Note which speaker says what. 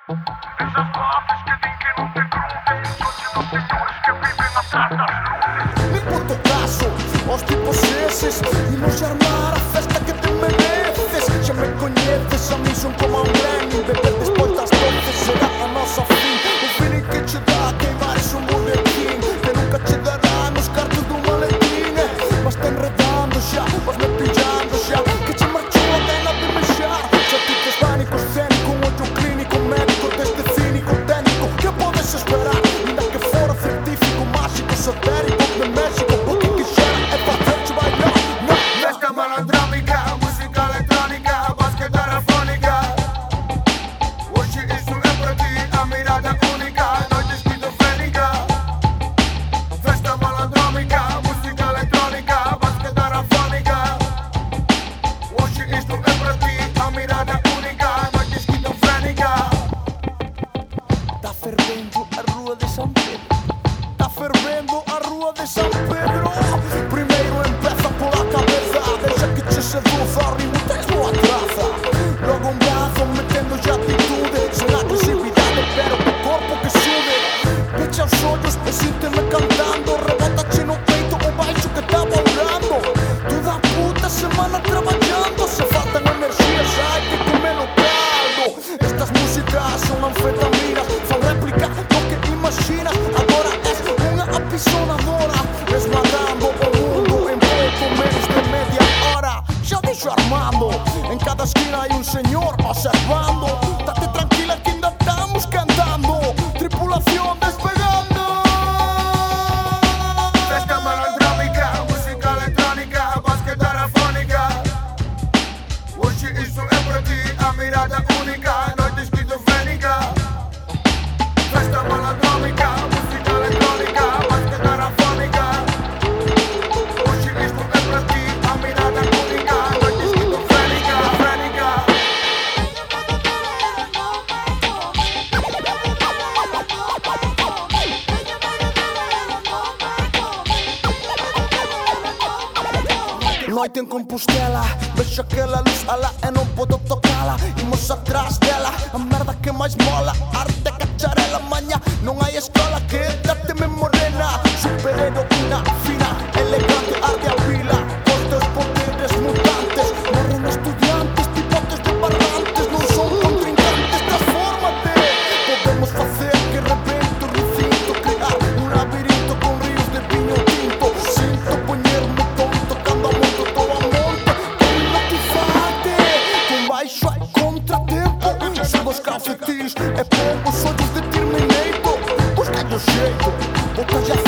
Speaker 1: Esas voces que din que non te cruces, son os señores que viven atrás das luces.
Speaker 2: Nem por teu caso, aos tipos esses imos armar a festa que te mereces. Xa me coñeces, a mí son como un Lenin. Beber despois das 12 será a nosa fin. O feeling que che dá queimar es un boletín que nunca che dará nos cartos do maletín. Mas te enredando xa, vas me pillando xa, que che marchou a pena de mexar. Xa tipos pánico escénico, un ollo clínico, médico deste cínico técnico. Que podes esperar? Ainda que fora científico, máxico, esotérico de México, o que quixera é facerche bailar.
Speaker 1: Festa malandrámica, música electrónica, vas quedar afónica. Hoxe isto é para ti, a mirada única, noite esquizofrénica. Festa malandrámica, música electrónica, vas quedar afónica. Hoxe isto é para ti, a mirada única, noite esquizofrénica.
Speaker 2: Tá fervendo a rúa de San Pedro. Tá fervendo a rúa de San Pedro. Primeiro empeza pola cabeza, deixa que che seduza o ritmo, tens boa traza. Logo un brazo metendo-lle atitude, sen agresividade pero co corpo que sude. Pecha os ollos e sínteme cantando, rebótache no peito o baixo que tá volando. Toda a puta semana traballando, se faltan enerxías hai que comer o caldo. Estas músicas son anfetaminas, fan réplica do que imaginas. Agora és unha apisonadora, esmagando o mundo en pouco menos de media hora. Xa dixo Armando, en cada esquina hai un señor observando. Date tranquila que ainda estamos cantando, tripulación despegando.
Speaker 1: Festa malandrámica, música electrónica, vas quedar afónica. Hoxe isto é para ti, a mirada única, noite esquizofrénica. Festa malandrámica, música electrónica, vas quedar afónica. Hoxe isto é para ti, a mirada única, noite esquizofrénica, frénica.
Speaker 2: Noite en Compostela, vexo aquela luz ala e non podo tocala. Imos atrás dela, a merda que máis mola, arte cacharela, maña. Non hai escola que dáteme morena, superheroína, fina, elegante, arte a pila. Cos teus poderes mutantes, morren estudiantes, pipotes de barrantes, non son contrincantes, transfórmate. Podemos facer que rebente o recinto, crear un labirinto con ríos de viño tinto. Sinto poñerme tonto cando monto todo a monte, quero hipnotizarte. Con baixo hai contratempo, subo os calcetins e pongo os ollos de Terminator. Busca o xeito, botalle a